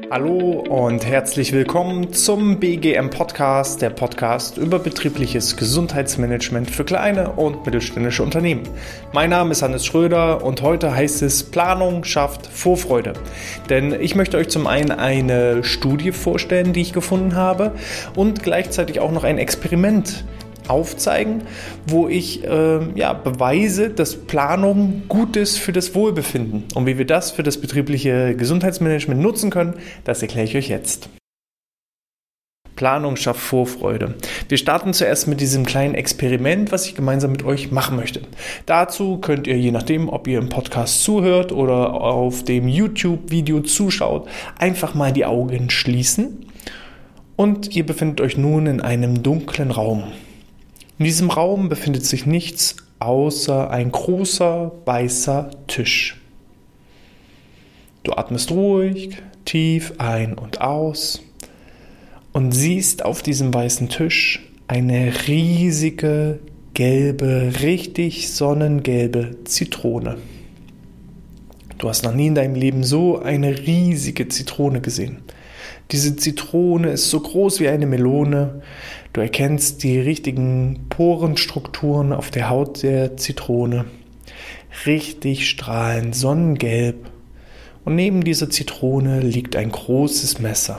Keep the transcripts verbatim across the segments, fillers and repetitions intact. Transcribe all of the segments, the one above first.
Hallo und herzlich willkommen zum B G M Podcast, der Podcast über betriebliches Gesundheitsmanagement für kleine und mittelständische Unternehmen. Mein Name ist Hannes Schröder und heute heißt es Planung schafft Vorfreude. Denn ich möchte euch zum einen eine Studie vorstellen, die ich gefunden habe und gleichzeitig auch noch ein Experiment aufzeigen, wo ich äh, ja, beweise, dass Planung gut ist für das Wohlbefinden. Und wie wir das für das betriebliche Gesundheitsmanagement nutzen können, das erkläre ich euch jetzt. Planung schafft Vorfreude. Wir starten zuerst mit diesem kleinen Experiment, was ich gemeinsam mit euch machen möchte. Dazu könnt ihr, je nachdem, ob ihr im Podcast zuhört oder auf dem YouTube-Video zuschaut, einfach mal die Augen schließen und ihr befindet euch nun in einem dunklen Raum. In diesem Raum befindet sich nichts außer ein großer weißer Tisch. Du atmest ruhig, tief ein und aus und siehst auf diesem weißen Tisch eine riesige, gelbe, richtig sonnengelbe Zitrone. Du hast noch nie in deinem Leben so eine riesige Zitrone gesehen. Diese Zitrone ist so groß wie eine Melone. Du erkennst die richtigen Porenstrukturen auf der Haut der Zitrone. Richtig strahlend sonnengelb. Und neben dieser Zitrone liegt ein großes Messer.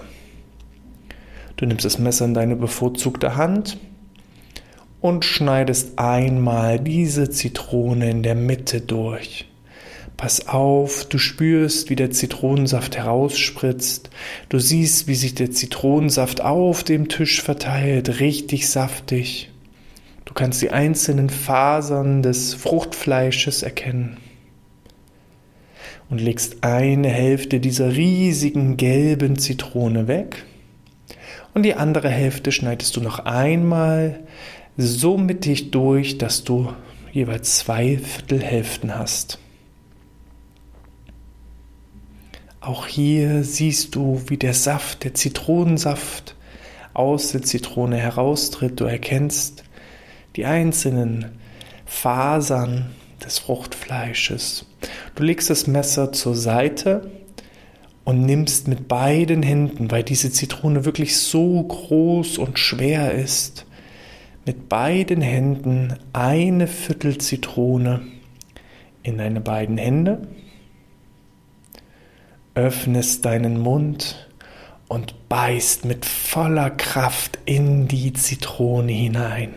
Du nimmst das Messer in deine bevorzugte Hand und schneidest einmal diese Zitrone in der Mitte durch. Pass auf, du spürst, wie der Zitronensaft herausspritzt. Du siehst, wie sich der Zitronensaft auf dem Tisch verteilt, richtig saftig. Du kannst die einzelnen Fasern des Fruchtfleisches erkennen. Und legst eine Hälfte dieser riesigen gelben Zitrone weg. Und die andere Hälfte schneidest du noch einmal so mittig durch, dass du jeweils zwei Viertelhälften hast. Auch hier siehst du, wie der Saft, der Zitronensaft aus der Zitrone heraustritt. Du erkennst die einzelnen Fasern des Fruchtfleisches. Du legst das Messer zur Seite und nimmst mit beiden Händen, weil diese Zitrone wirklich so groß und schwer ist, mit beiden Händen eine Viertel Zitrone in deine beiden Hände. Öffnest deinen Mund und beißt mit voller Kraft in die Zitrone hinein.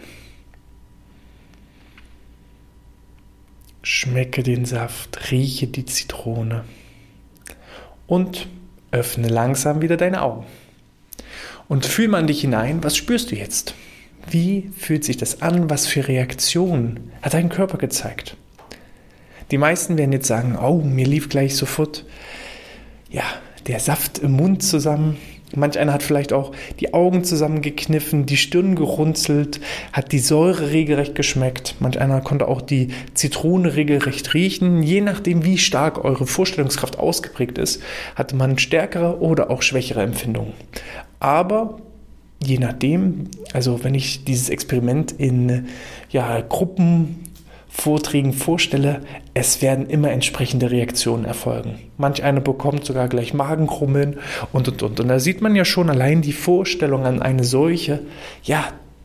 Schmecke den Saft, rieche die Zitrone und öffne langsam wieder deine Augen. Und fühl mal in dich hinein, was spürst du jetzt? Wie fühlt sich das an? Was für Reaktionen hat dein Körper gezeigt? Die meisten werden jetzt sagen, oh, mir lief gleich sofort ja, der Saft im Mund zusammen. Manch einer hat vielleicht auch die Augen zusammengekniffen, die Stirn gerunzelt, hat die Säure regelrecht geschmeckt. Manch einer konnte auch die Zitrone regelrecht riechen. Je nachdem, wie stark eure Vorstellungskraft ausgeprägt ist, hatte man stärkere oder auch schwächere Empfindungen. Aber je nachdem, also wenn ich dieses Experiment in ja, Gruppen Vorträgen vorstelle, es werden immer entsprechende Reaktionen erfolgen. Manch einer bekommt sogar gleich Magenkrummeln und, und, und. Und da sieht man ja schon allein die Vorstellung an eine solche, ja,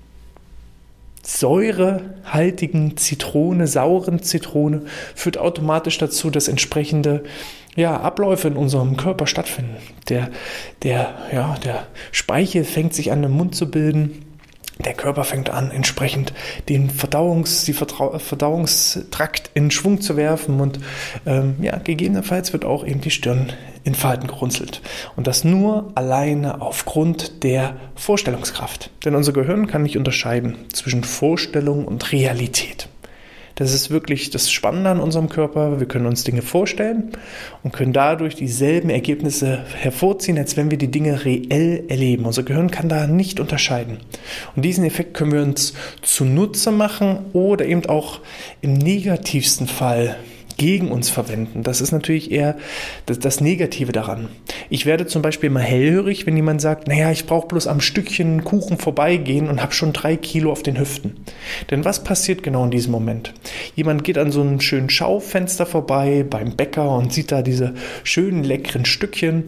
säurehaltigen Zitrone, sauren Zitrone, führt automatisch dazu, dass entsprechende ja, Abläufe in unserem Körper stattfinden. Der, der, ja, der Speichel fängt sich an im Mund zu bilden. Der Körper fängt an, entsprechend den Verdauungs, die Vertrau- Verdauungstrakt in Schwung zu werfen und ähm, ja, gegebenenfalls wird auch eben die Stirn in Falten gerunzelt. Und das nur alleine aufgrund der Vorstellungskraft. Denn unser Gehirn kann nicht unterscheiden zwischen Vorstellung und Realität. Das ist wirklich das Spannende an unserem Körper. Wir können uns Dinge vorstellen und können dadurch dieselben Ergebnisse hervorziehen, als wenn wir die Dinge reell erleben. Unser Gehirn kann da nicht unterscheiden. Und diesen Effekt können wir uns zunutze machen oder eben auch im negativsten Fall gegen uns verwenden. Das ist natürlich eher das, das Negative daran. Ich werde zum Beispiel mal hellhörig, wenn jemand sagt, naja, ich brauche bloß am Stückchen Kuchen vorbeigehen und habe schon drei Kilo auf den Hüften. Denn was passiert genau in diesem Moment? Jemand geht an so einem schönen Schaufenster vorbei beim Bäcker und sieht da diese schönen, leckeren Stückchen.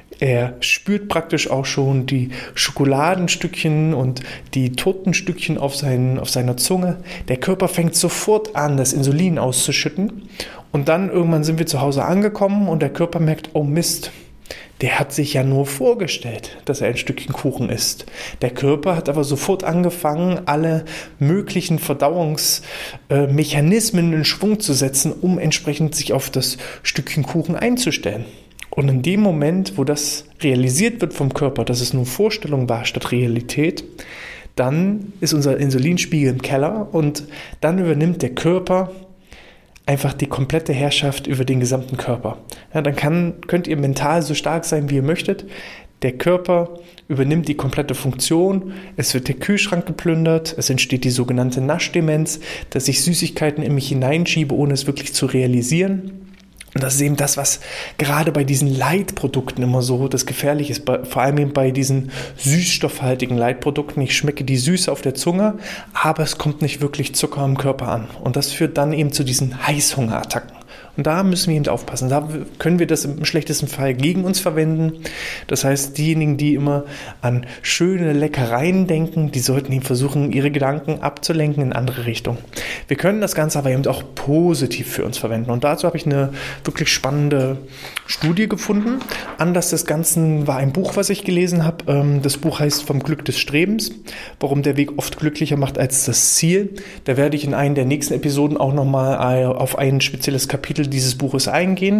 Er spürt praktisch auch schon die Schokoladenstückchen und die Tortenstückchen auf, seinen, auf seiner Zunge. Der Körper fängt sofort an, das Insulin auszuschütten. Und dann irgendwann sind wir zu Hause angekommen und der Körper merkt, oh Mist, der hat sich ja nur vorgestellt, dass er ein Stückchen Kuchen isst. Der Körper hat aber sofort angefangen, alle möglichen Verdauungsmechanismen in Schwung zu setzen, um entsprechend sich auf das Stückchen Kuchen einzustellen. Und in dem Moment, wo das realisiert wird vom Körper, dass es nur Vorstellung war statt Realität, dann ist unser Insulinspiegel im Keller und dann übernimmt der Körper einfach die komplette Herrschaft über den gesamten Körper. Ja, dann kann, könnt ihr mental so stark sein, wie ihr möchtet. Der Körper übernimmt die komplette Funktion. Es wird der Kühlschrank geplündert. Es entsteht die sogenannte Naschdemenz, dass ich Süßigkeiten in mich hineinschiebe, ohne es wirklich zu realisieren. Und das ist eben das, was gerade bei diesen Leitprodukten immer so das Gefährliche ist, bei, vor allem eben bei diesen süßstoffhaltigen Leitprodukten. Ich schmecke die Süße auf der Zunge, aber es kommt nicht wirklich Zucker im Körper an. Und das führt dann eben zu diesen Heißhungerattacken. Und da müssen wir eben aufpassen. Da können wir das im schlechtesten Fall gegen uns verwenden. Das heißt, diejenigen, die immer an schöne Leckereien denken, die sollten eben versuchen, ihre Gedanken abzulenken in andere Richtungen. Wir können das Ganze aber eben auch positiv für uns verwenden. Und dazu habe ich eine wirklich spannende Studie gefunden. Anlass des Ganzen war ein Buch, was ich gelesen habe. Das Buch heißt Vom Glück des Strebens, warum der Weg oft glücklicher macht als das Ziel. Da werde ich in einer der nächsten Episoden auch nochmal auf ein spezielles Kapitel dieses Buches eingehen.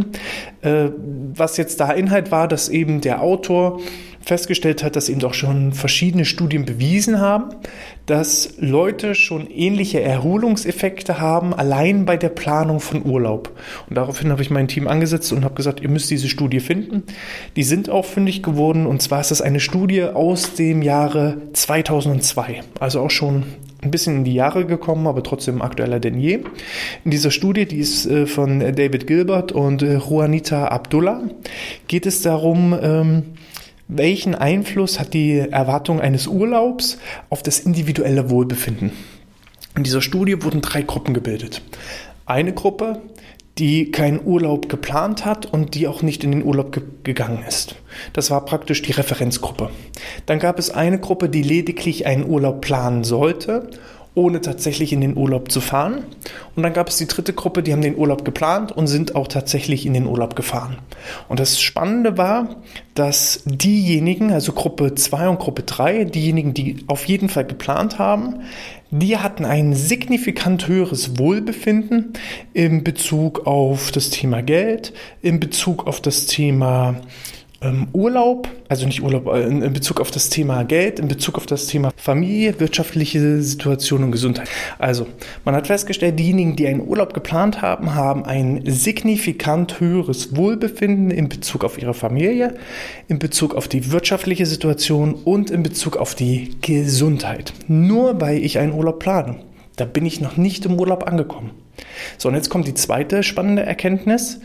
Was jetzt da Inhalt war, dass eben der Autor festgestellt hat, dass eben auch schon verschiedene Studien bewiesen haben, dass Leute schon ähnliche Erholungseffekte haben, allein bei der Planung von Urlaub. Und daraufhin habe ich mein Team angesetzt und habe gesagt, ihr müsst diese Studie finden. Die sind auch fündig geworden und zwar ist das eine Studie aus dem Jahre zweitausendzwei, also auch schon ein bisschen in die Jahre gekommen, aber trotzdem aktueller denn je. In dieser Studie, die ist von David Gilbert und Juanita Abdullah, geht es darum, ähm, welchen Einfluss hat die Erwartung eines Urlaubs auf das individuelle Wohlbefinden? In dieser Studie wurden drei Gruppen gebildet. Eine Gruppe, die keinen Urlaub geplant hat und die auch nicht in den Urlaub ge- gegangen ist. Das war praktisch die Referenzgruppe. Dann gab es eine Gruppe, die lediglich einen Urlaub planen sollte, ohne tatsächlich in den Urlaub zu fahren. Und dann gab es die dritte Gruppe, die haben den Urlaub geplant und sind auch tatsächlich in den Urlaub gefahren. Und das Spannende war, dass diejenigen, also Gruppe zwei und Gruppe drei, diejenigen, die auf jeden Fall geplant haben, die hatten ein signifikant höheres Wohlbefinden in Bezug auf das Thema Geld, in Bezug auf das Thema Ähm, Urlaub, also nicht Urlaub, äh, in, in Bezug auf das Thema Geld, in Bezug auf das Thema Familie, wirtschaftliche Situation und Gesundheit. Also, man hat festgestellt, diejenigen, die einen Urlaub geplant haben, haben ein signifikant höheres Wohlbefinden in Bezug auf ihre Familie, in Bezug auf die wirtschaftliche Situation und in Bezug auf die Gesundheit. Nur weil ich einen Urlaub plane. Da bin ich noch nicht im Urlaub angekommen. So, und jetzt kommt die zweite spannende Erkenntnis.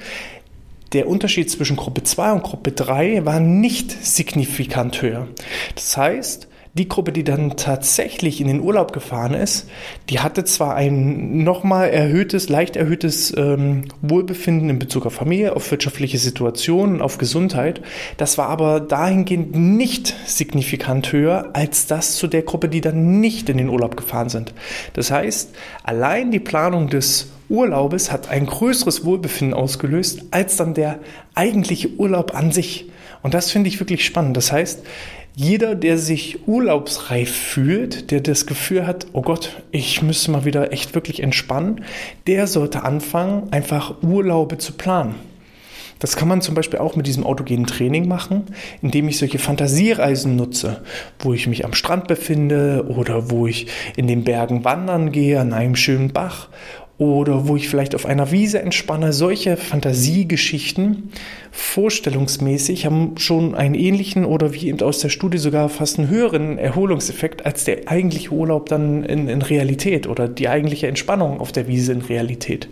Der Unterschied zwischen Gruppe zwei und Gruppe drei war nicht signifikant höher. Das heißt, die Gruppe, die dann tatsächlich in den Urlaub gefahren ist, die hatte zwar ein nochmal erhöhtes, leicht erhöhtes ähm, Wohlbefinden in Bezug auf Familie, auf wirtschaftliche Situationen, auf Gesundheit. Das war aber dahingehend nicht signifikant höher als das zu der Gruppe, die dann nicht in den Urlaub gefahren sind. Das heißt, allein die Planung des Urlaubes hat ein größeres Wohlbefinden ausgelöst als dann der eigentliche Urlaub an sich. Und das finde ich wirklich spannend. Das heißt, jeder, der sich urlaubsreif fühlt, der das Gefühl hat, oh Gott, ich müsste mal wieder echt wirklich entspannen, der sollte anfangen, einfach Urlaube zu planen. Das kann man zum Beispiel auch mit diesem autogenen Training machen, indem ich solche Fantasiereisen nutze, wo ich mich am Strand befinde oder wo ich in den Bergen wandern gehe, an einem schönen Bach oder wo ich vielleicht auf einer Wiese entspanne. Solche Fantasiegeschichten, vorstellungsmäßig, haben schon einen ähnlichen oder wie eben aus der Studie sogar fast einen höheren Erholungseffekt als der eigentliche Urlaub dann in, in Realität oder die eigentliche Entspannung auf der Wiese in Realität.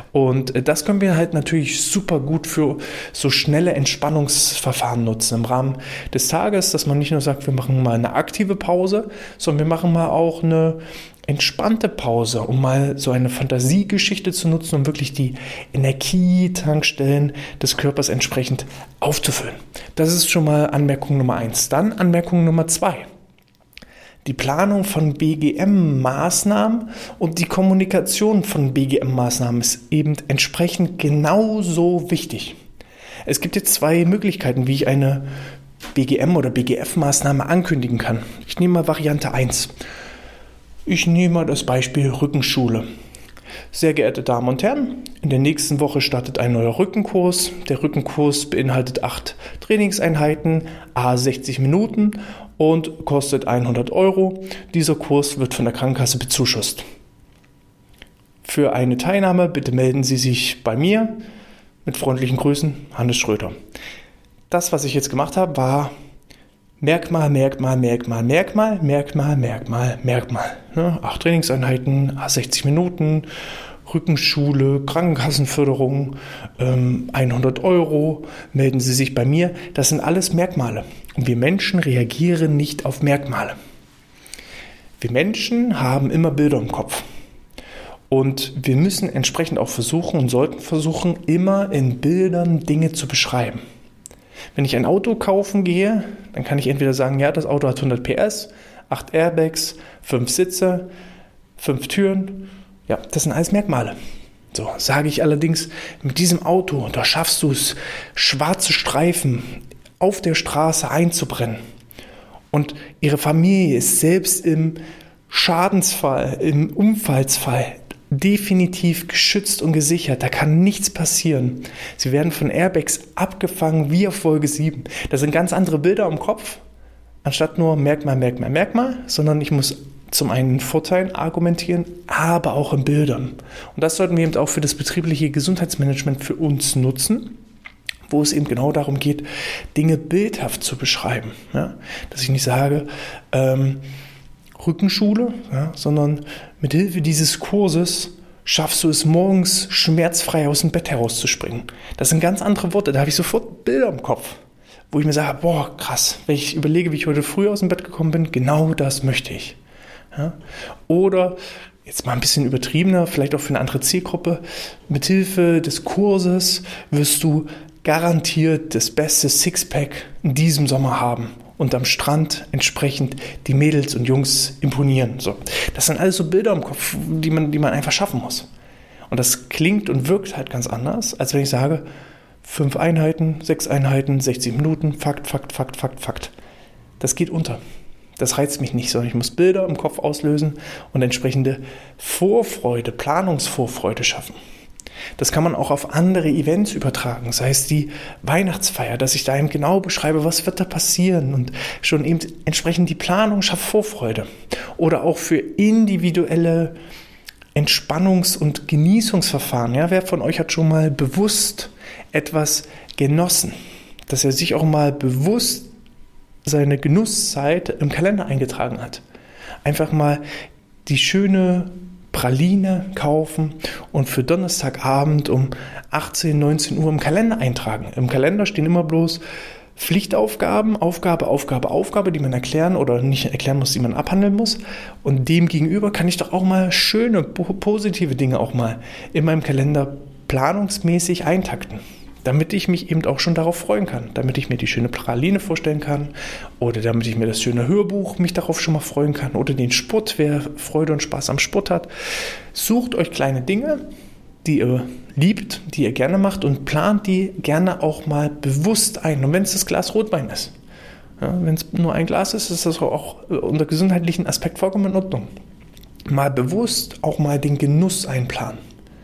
Und das können wir halt natürlich super gut für so schnelle Entspannungsverfahren nutzen im Rahmen des Tages, dass man nicht nur sagt, wir machen mal eine aktive Pause, sondern wir machen mal auch eine entspannte Pause, um mal so eine Fantasiegeschichte zu nutzen, um wirklich die Energietankstellen des Körpers entsprechend aufzufüllen. Das ist schon mal Anmerkung Nummer eins. Dann Anmerkung Nummer zwei. Die Planung von B G M-Maßnahmen und die Kommunikation von B G M-Maßnahmen ist eben entsprechend genauso wichtig. Es gibt jetzt zwei Möglichkeiten, wie ich eine B G M- oder B G F-Maßnahme ankündigen kann. Ich nehme mal Variante eins. Ich nehme mal das Beispiel Rückenschule. Sehr geehrte Damen und Herren, in der nächsten Woche startet ein neuer Rückenkurs. Der Rückenkurs beinhaltet acht Trainingseinheiten, à sechzig Minuten und kostet hundert Euro. Dieser Kurs wird von der Krankenkasse bezuschusst. Für eine Teilnahme bitte melden Sie sich bei mir. Mit freundlichen Grüßen, Hannes Schröter. Das, was ich jetzt gemacht habe, war Merkmal, Merkmal, Merkmal, Merkmal, Merkmal, Merkmal, Merkmal. Ne? Acht Trainingseinheiten, à sechzig Minuten, Rückenschule, Krankenkassenförderung, ähm, hundert Euro, melden Sie sich bei mir. Das sind alles Merkmale. Und wir Menschen reagieren nicht auf Merkmale. Wir Menschen haben immer Bilder im Kopf. Und wir müssen entsprechend auch versuchen und sollten versuchen, immer in Bildern Dinge zu beschreiben. Wenn ich ein Auto kaufen gehe, dann kann ich entweder sagen, ja, das Auto hat hundert P S, acht Airbags, fünf Sitze, fünf Türen. Ja, das sind alles Merkmale. So, sage ich allerdings, mit diesem Auto, da schaffst du es, schwarze Streifen auf der Straße einzubrennen. Und ihre Familie ist selbst im Schadensfall, im Unfallsfall definitiv geschützt und gesichert. Da kann nichts passieren. Sie werden von Airbags abgefangen wie auf Folge sieben. Das sind ganz andere Bilder im Kopf, anstatt nur Merkmal, Merkmal, Merkmal, sondern ich muss zum einen Vorteilen argumentieren, aber auch in Bildern. Und das sollten wir eben auch für das betriebliche Gesundheitsmanagement für uns nutzen, wo es eben genau darum geht, Dinge bildhaft zu beschreiben. Ja? Dass ich nicht sage, ähm, Rückenschule, ja, sondern mit Hilfe dieses Kurses schaffst du es morgens schmerzfrei aus dem Bett herauszuspringen. Das sind ganz andere Worte, da habe ich sofort Bilder im Kopf, wo ich mir sage, boah, krass, wenn ich überlege, wie ich heute früh aus dem Bett gekommen bin, genau das möchte ich. Ja? Oder, jetzt mal ein bisschen übertriebener, vielleicht auch für eine andere Zielgruppe, mit Hilfe des Kurses wirst du garantiert das beste Sixpack in diesem Sommer haben und am Strand entsprechend die Mädels und Jungs imponieren. So. Das sind alles so Bilder im Kopf, die man, die man einfach schaffen muss. Und das klingt und wirkt halt ganz anders, als wenn ich sage, fünf Einheiten, sechs Einheiten, sechzig Minuten, Fakt, Fakt, Fakt, Fakt, Fakt. Das geht unter. Das reizt mich nicht, sondern ich muss Bilder im Kopf auslösen und entsprechende Vorfreude, Planungsvorfreude schaffen. Das kann man auch auf andere Events übertragen, sei es die Weihnachtsfeier, dass ich da eben genau beschreibe, was wird da passieren und schon eben entsprechend die Planung schafft Vorfreude. Oder auch für individuelle Entspannungs- und Genießungsverfahren. Ja, wer von euch hat schon mal bewusst etwas genossen, dass er sich auch mal bewusst seine Genusszeit im Kalender eingetragen hat? Einfach mal die schöne Praline kaufen und für Donnerstagabend um achtzehn, neunzehn Uhr im Kalender eintragen. Im Kalender stehen immer bloß Pflichtaufgaben, Aufgabe, Aufgabe, Aufgabe, die man erklären oder nicht erklären muss, die man abhandeln muss. Und dem gegenüber kann ich doch auch mal schöne, positive Dinge auch mal in meinem Kalender planungsmäßig eintakten, damit ich mich eben auch schon darauf freuen kann, damit ich mir die schöne Praline vorstellen kann oder damit ich mir das schöne Hörbuch mich darauf schon mal freuen kann oder den Sport, wer Freude und Spaß am Sport hat. Sucht euch kleine Dinge, die ihr liebt, die ihr gerne macht und plant die gerne auch mal bewusst ein. Und wenn es das Glas Rotwein ist, ja, wenn es nur ein Glas ist, ist das auch unter gesundheitlichen Aspekt vollkommen in Ordnung. Mal bewusst auch mal den Genuss einplanen.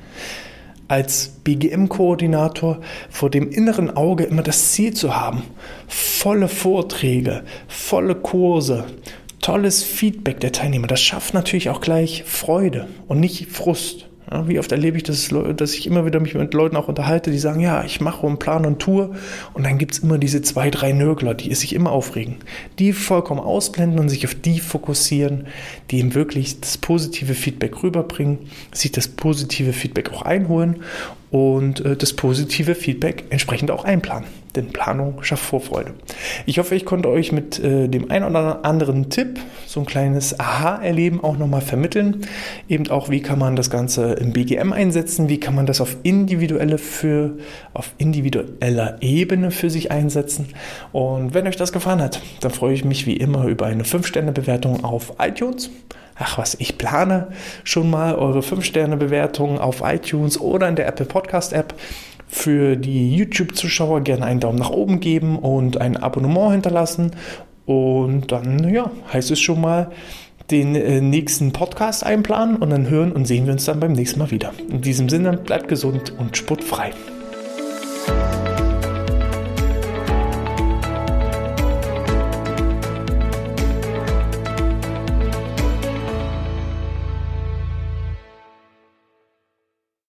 Als B G M-Koordinator vor dem inneren Auge immer das Ziel zu haben, volle Vorträge, volle Kurse, tolles Feedback der Teilnehmer, das schafft natürlich auch gleich Freude und nicht Frust. Ja, wie oft erlebe ich das, dass ich immer wieder mich mit Leuten auch unterhalte, die sagen, ja, ich mache und plane und tue und dann gibt es immer diese zwei, drei Nörgler, die sich immer aufregen, die vollkommen ausblenden und sich auf die fokussieren, die ihm wirklich das positive Feedback rüberbringen, sich das positive Feedback auch einholen und äh, das positive Feedback entsprechend auch einplanen. Denn Planung schafft Vorfreude. Ich hoffe, ich konnte euch mit äh, dem ein oder anderen Tipp so ein kleines Aha-Erleben auch nochmal vermitteln. Eben auch, wie kann man das Ganze im B G M einsetzen, wie kann man das auf individuelle für, auf individueller Ebene für sich einsetzen. Und wenn euch das gefallen hat, dann freue ich mich wie immer über eine fünf Sterne Bewertung auf iTunes. Ach was, ich plane schon mal eure fünf Sterne Bewertung auf iTunes oder in der Apple Podcast App. Für die YouTube-Zuschauer gerne einen Daumen nach oben geben und ein Abonnement hinterlassen. Und dann, ja, heißt es schon mal, den äh, nächsten Podcast einplanen und dann hören und sehen wir uns dann beim nächsten Mal wieder. In diesem Sinne, bleibt gesund und sportfrei.